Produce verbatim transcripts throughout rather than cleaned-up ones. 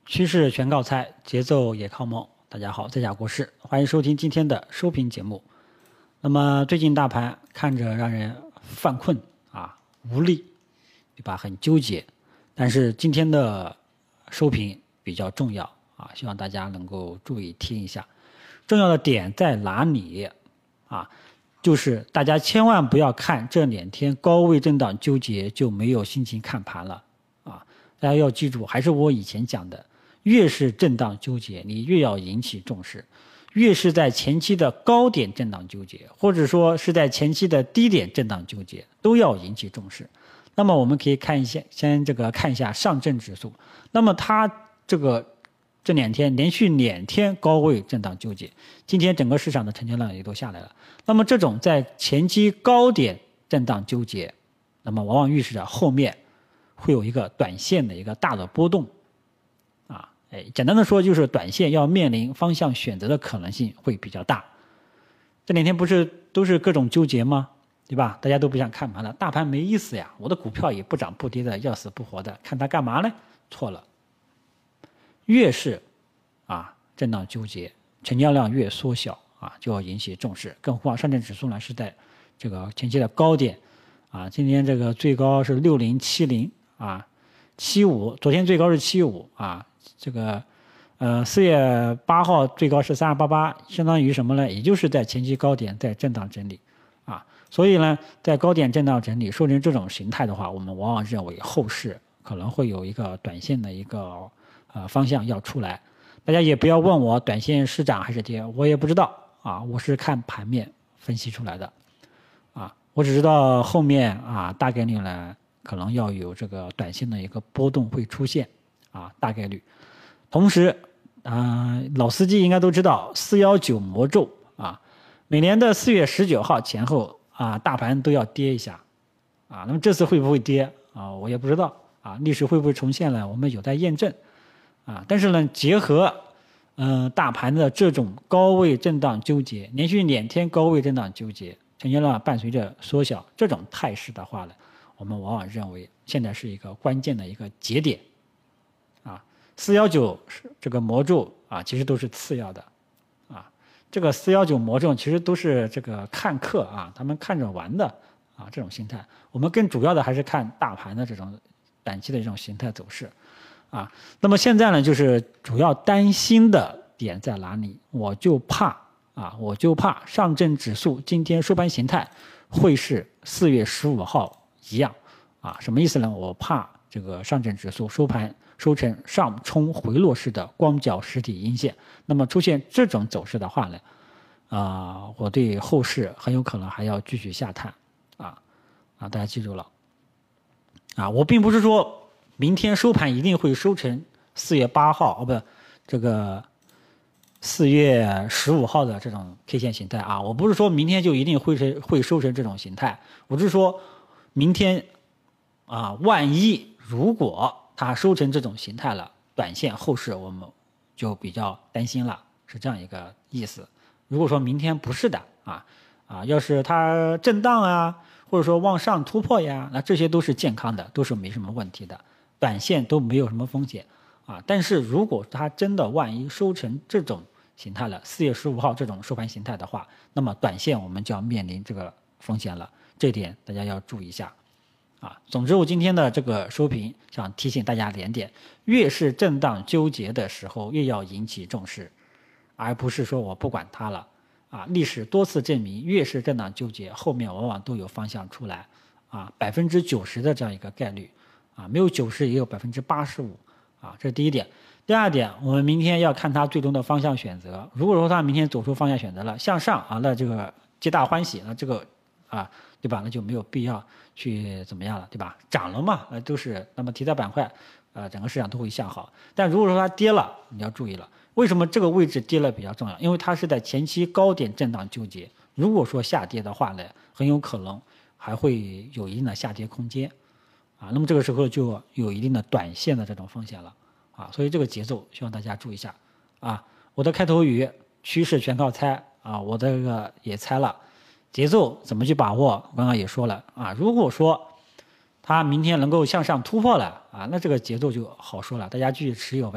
趋势全靠猜，节奏也靠梦。大家好，在家国师，欢迎收听今天的收评节目。那么最近大盘看着让人犯困啊，无力，对吧？很纠结。但是今天的收评比较重要啊，希望大家能够注意听一下。重要的点在哪里啊？就是大家千万不要看这两天高位震荡纠结就没有心情看盘了啊！大家要记住，还是我以前讲的，越是震荡纠结，你越要引起重视；越是在前期的高点震荡纠结，或者说是在前期的低点震荡纠结，都要引起重视。那么我们可以看一下，先这个看一下上证指数，那么它这个这两天连续两天高位震荡纠结，今天整个市场的成交量也都下来了。那么这种在前期高点震荡纠结，那么往往预示着后面会有一个短线的一个大的波动啊，哎，简单的说就是短线要面临方向选择的可能性会比较大。这两天不是都是各种纠结吗？对吧？大家都不想看盘了，大盘没意思呀，我的股票也不涨不跌的，要死不活的，看它干嘛呢？错了。越是啊震荡纠结，成交量越缩小啊，就要引起重视。更何况上证指数呢是在这个前期的高点啊，今天这个最高是六零七零啊，七五，昨天最高是七五啊，这个呃四月八号最高是三二八八，相当于什么呢？也就是在前期高点在震荡整理啊，所以呢，在高点震荡整理收成这种形态的话，我们往往认为后市可能会有一个短线的一个呃方向要出来。大家也不要问我短线是涨还是跌，我也不知道啊，我是看盘面分析出来的啊，我只知道后面啊大概率呢可能要有这个短线的一个波动会出现啊，大概率。同时啊、呃，老司机应该都知道四一九魔咒啊，每年的四月十九号前后啊，大盘都要跌一下啊，那么这次会不会跌啊？我也不知道啊，历史会不会重现呢？我们有待验证。啊，但是呢，结合嗯、呃、大盘的这种高位震荡纠结，连续两天高位震荡纠结，成交量伴随着缩小，这种态势的话呢，我们往往认为现在是一个关键的一个节点。啊，四一九这个魔咒啊，其实都是次要的。啊，这个四一九魔咒其实都是这个看客啊，他们看着玩的啊这种心态。我们更主要的还是看大盘的这种短期的这种形态走势。啊，那么现在呢，就是主要担心的点在哪里？我就怕啊，我就怕上证指数今天收盘形态会是四月十五号一样啊，什么意思呢？我怕这个上证指数收盘收成上冲回落式的光脚实体阴线，那么出现这种走势的话呢，啊，我对后市很有可能还要继续下探啊啊，大家记住了啊，我并不是说明天收盘一定会收成四月八号哦，不，这个四月十五号的这种 K 线形态啊，我不是说明天就一定会成会收成这种形态，我是说明天啊，万一如果它收成这种形态了，短线后市我们就比较担心了，是这样一个意思。如果说明天不是的啊啊，要是它震荡啊，或者说往上突破呀，那这些都是健康的，都是没什么问题的。短线都没有什么风险啊，但是如果它真的万一收成这种形态了，四月十五号这种收盘形态的话，那么短线我们就要面临这个风险了，这点大家要注意一下啊。总之，我今天的这个收评想提醒大家两点：越是震荡纠结的时候，越要引起重视，而不是说我不管它了啊。历史多次证明，越是震荡纠结，后面往往都有方向出来啊，百分之九十的这样一个概率。啊，没有九十也有百分之八十五，啊，这是第一点。第二点，我们明天要看它最终的方向选择。如果说它明天走出方向选择了向上啊，那这个皆大欢喜，那这个啊，对吧？那就没有必要去怎么样了，对吧？涨了嘛，那都是那么题材板块，呃，整个市场都会向好。但如果说它跌了，你要注意了，为什么这个位置跌了比较重要？因为它是在前期高点震荡纠结。如果说下跌的话呢，很有可能还会有一定的下跌空间。啊，那么这个时候就有一定的短线的这种风险了啊，所以这个节奏希望大家注意一下啊。我的开头语趋势全靠猜啊，我这个也猜了，节奏怎么去把握？我刚刚也说了啊，如果说它明天能够向上突破了啊，那这个节奏就好说了，大家继续持有呗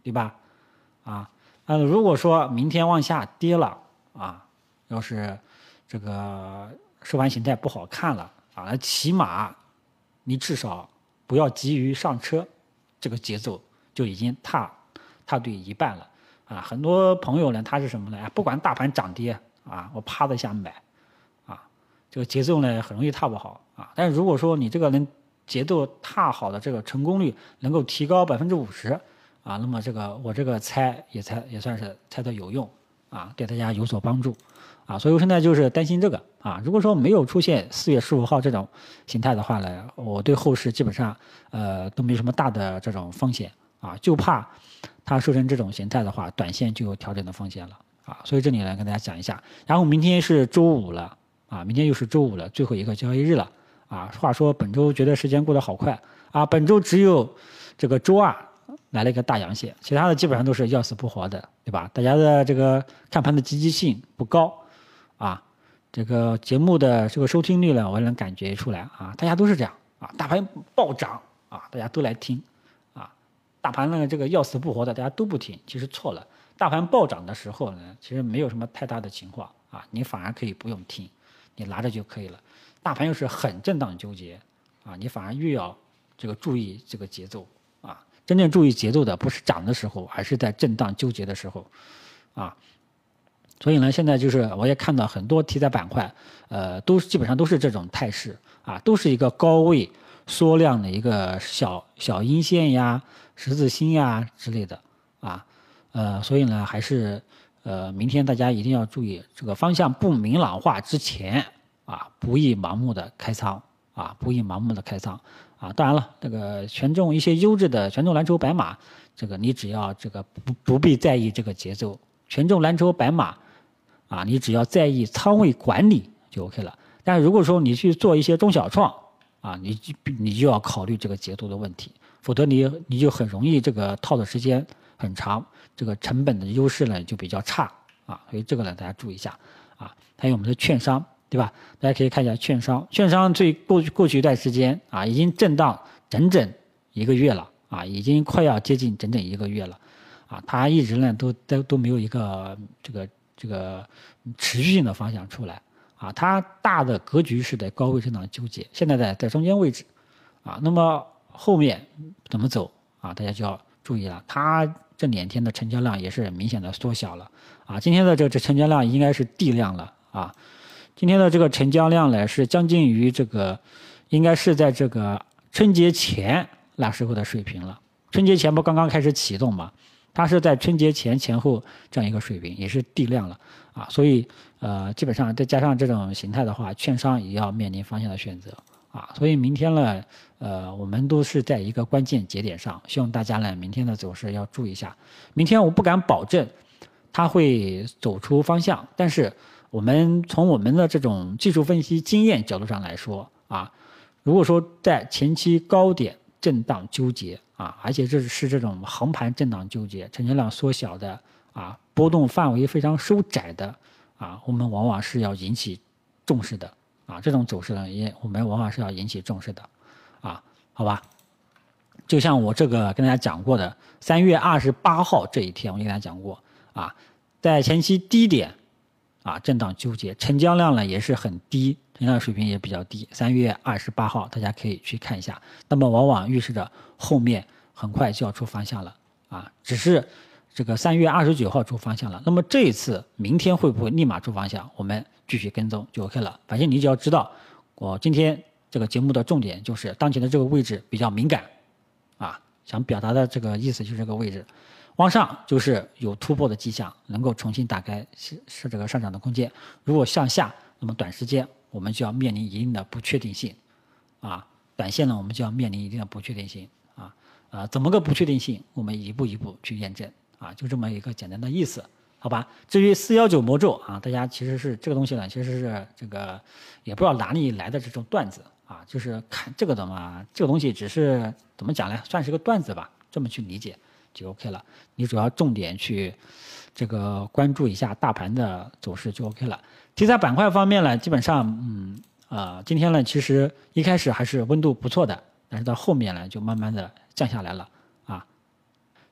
对吧？啊，呃，如果说明天往下跌了啊，要是这个收盘形态不好看了啊，那起码你至少不要急于上车，这个节奏就已经踏踏对一半了啊。很多朋友呢，他是什么呢？不管大盘涨跌啊，我啪的下买啊，这个节奏呢很容易踏不好啊。但是如果说你这个能节奏踏好的这个成功率能够提高百分之五十啊，那么这个我这个猜也猜也算是猜的有用啊，对大家有所帮助啊。所以我现在就是担心这个啊。如果说没有出现四月十五号这种形态的话呢，我对后市基本上呃都没什么大的这种风险啊，就怕它收成这种形态的话，短线就有调整的风险了啊。所以这里呢跟大家讲一下，然后明天是周五了啊，明天又是周五了，最后一个交易日了啊。话说本周觉得时间过得好快啊，本周只有这个周二来了一个大阳线，其他的基本上都是要死不活的，对吧？大家的这个看盘的积极性不高啊，这个节目的这个收听率呢，我也能感觉出来啊，大家都是这样啊，大盘暴涨啊，大家都来听啊，大盘呢这个要死不活的大家都不听，其实错了。大盘暴涨的时候呢，其实没有什么太大的情况啊，你反而可以不用听，你拿着就可以了。大盘又是很震荡纠结啊，你反而越要这个注意这个节奏啊。真正注意节奏的不是涨的时候，而是在震荡纠结的时候啊。所以呢，现在就是我也看到很多题材板块，呃，都基本上都是这种态势啊，都是一个高位缩量的一个小小阴线呀、十字星呀之类的啊，呃，所以呢，还是呃，明天大家一定要注意，这个方向不明朗化之前啊，不宜盲目的开仓啊，不宜盲目的开仓啊。当然了，这个权重一些优质的权重蓝筹白马，这个你只要这个不不必在意这个节奏，权重蓝筹白马啊，你只要在意仓位管理就 OK 了。但是如果说你去做一些中小创啊，你你就要考虑这个节奏的问题，否则你你就很容易这个套的时间很长，这个成本的优势呢就比较差啊。所以这个呢大家注意一下啊。还有我们的券商，对吧？大家可以看一下券商，券商最过去过去一段时间啊，已经震荡整整一个月了啊，已经快要接近整整一个月了啊，它一直呢都都都没有一个这个这个持续性的方向出来啊，它大的格局是在高位震荡纠结，现在在在中间位置啊，那么后面怎么走啊？大家就要注意了，它这两天的成交量也是明显的缩小了啊，今天的这这成交量应该是地量了啊，今天的这个成交量呢是将近于这个，应该是在这个春节前那时候的水平了。春节前不刚刚开始启动嘛，它是在春节前前后这样一个水平，也是地量了啊，所以呃基本上再加上这种形态的话，券商也要面临方向的选择啊，所以明天呢，呃我们都是在一个关键节点上，希望大家呢明天的走势要注意一下。明天我不敢保证它会走出方向，但是我们从我们的这种技术分析经验角度上来说啊，如果说在前期高点震荡纠结啊，而且这是这种横盘震荡纠结，成交量缩小的啊，波动范围非常收窄的啊，我们往往是要引起重视的啊，这种走势呢，也我们往往是要引起重视的啊，好吧？就像我这个跟大家讲过的，三月二十八号这一天，我跟大家讲过啊，在前期低点啊，震荡纠结，成交量呢也是很低，成交量水平也比较低。三月二十八号，大家可以去看一下。那么往往预示着后面很快就要出方向了啊，只是这个三月二十九号出方向了。那么这一次，明天会不会立马出方向？我们继续跟踪就 OK 了。反正你只要知道，我今天这个节目的重点就是当前的这个位置比较敏感啊，想表达的这个意思就是这个位置。往上就是有突破的迹象，能够重新打开是是这个上涨的空间。如果向下，那么短时间我们就要面临一定的不确定性，啊，短线呢我们就要面临一定的不确定性，啊啊，怎么个不确定性？我们一步一步去验证，啊，就这么一个简单的意思，好吧？至于四一九魔咒啊，大家其实是这个东西呢，其实是这个也不知道哪里来的这种段子啊，就是看这个的嘛，这个东西只是怎么讲呢？算是个段子吧，这么去理解就 OK 了。你主要重点去这个关注一下大盘的走势就 OK 了。题材板块方面呢，基本上嗯呃今天呢其实一开始还是温度不错的，但是到后面呢就慢慢的降下来了啊。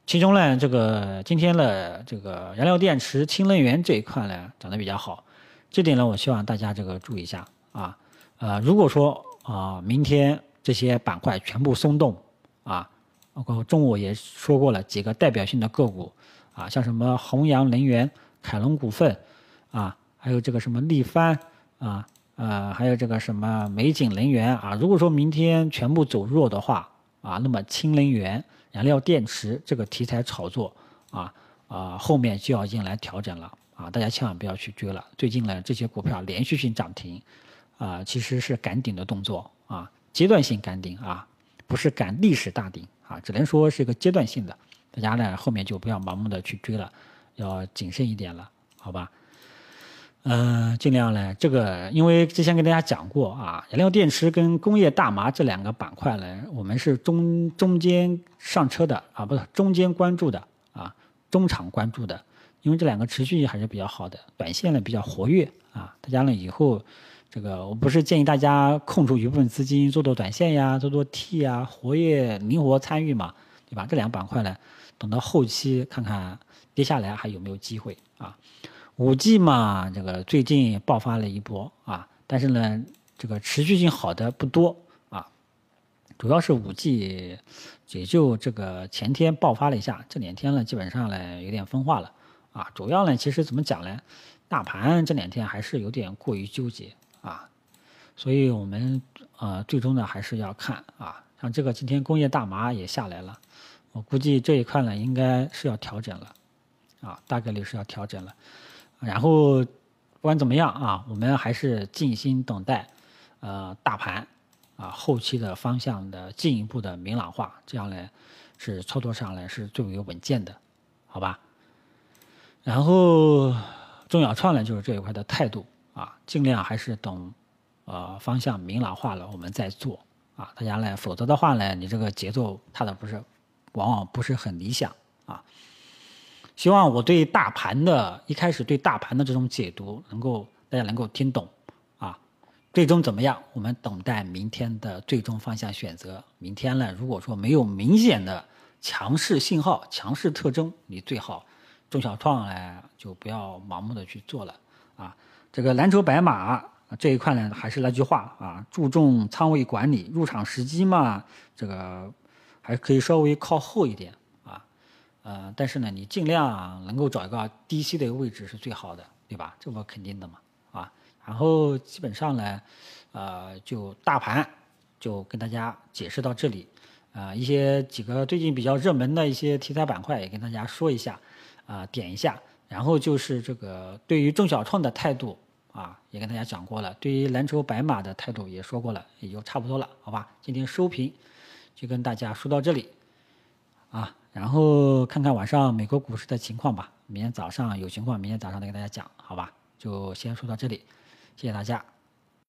其中呢，这个今天的这个燃料电池、氢能源这一块呢涨得比较好，这点呢，我希望大家这个注意一下啊。呃，如果说啊，明天这些板块全部松动啊，包括中午也说过了几个代表性的个股啊，像什么弘扬能源、凯龙股份啊，还有这个什么力帆啊，呃，还有这个什么美景能源啊，如果说明天全部走弱的话啊，那么氢能源、燃料电池这个题材炒作啊啊，后面就要迎来调整了啊，大家千万不要去追了。最近呢，这些股票连续性涨停。啊，其实是赶顶的动作啊，阶段性赶顶啊，不是赶历史大顶啊，只能说是一个阶段性的。大家呢后面就不要盲目的去追了，要谨慎一点了，好吧？嗯、呃，尽量呢，这个因为之前跟大家讲过啊，燃料电池跟工业大麻这两个板块呢，我们是中中间上车的啊，不是中间关注的啊，中场关注的，因为这两个持续性还是比较好的，短线呢比较活跃啊，大家呢以后。这个我不是建议大家空出一部分资金做做短线呀，做做 T 呀，活跃灵活参与嘛，对吧？这两个板块呢，等到后期看看跌下来还有没有机会啊。五 G 嘛，这个最近爆发了一波啊，但是呢，这个持续性好的不多啊，主要是五 G 也就这个前天爆发了一下，这两天呢基本上呢有点分化了啊。主要呢，其实怎么讲呢？大盘这两天还是有点过于纠结。啊，所以我们呃最终呢还是要看啊，像这个今天工业大麻也下来了，我估计这一块呢应该是要调整了，啊，大概率是要调整了。然后不管怎么样啊，我们还是静心等待，呃，大盘啊后期的方向的进一步的明朗化，这样呢是操作上来是最为稳健的，好吧？然后中小创呢就是这一块的态度。啊，尽量还是等，呃，方向明朗化了，我们再做啊。大家呢，否则的话呢，你这个节奏踏的不是，往往不是很理想啊。希望我对大盘的一开始对大盘的这种解读，能够大家能够听懂啊。最终怎么样，我们等待明天的最终方向选择。明天呢，如果说没有明显的强势信号、强势特征，你最好中小创呢就不要盲目的去做了啊。这个蓝筹白马这一块呢，还是那句话啊，注重仓位管理，入场时机嘛，这个还可以稍微靠后一点啊，呃，但是呢，你尽量能够找一个低吸的一个位置是最好的，对吧？这不肯定的嘛，啊，然后基本上呢，呃，就大盘就跟大家解释到这里，啊、呃，一些几个最近比较热门的一些题材板块也跟大家说一下，啊、呃，点一下。然后就是这个对于中小创的态度啊，也跟大家讲过了；对于蓝筹白马的态度也说过了，也就差不多了，好吧？今天收评就跟大家说到这里啊，然后看看晚上美国股市的情况吧。明天早上有情况，明天早上再跟大家讲，好吧？就先说到这里，谢谢大家。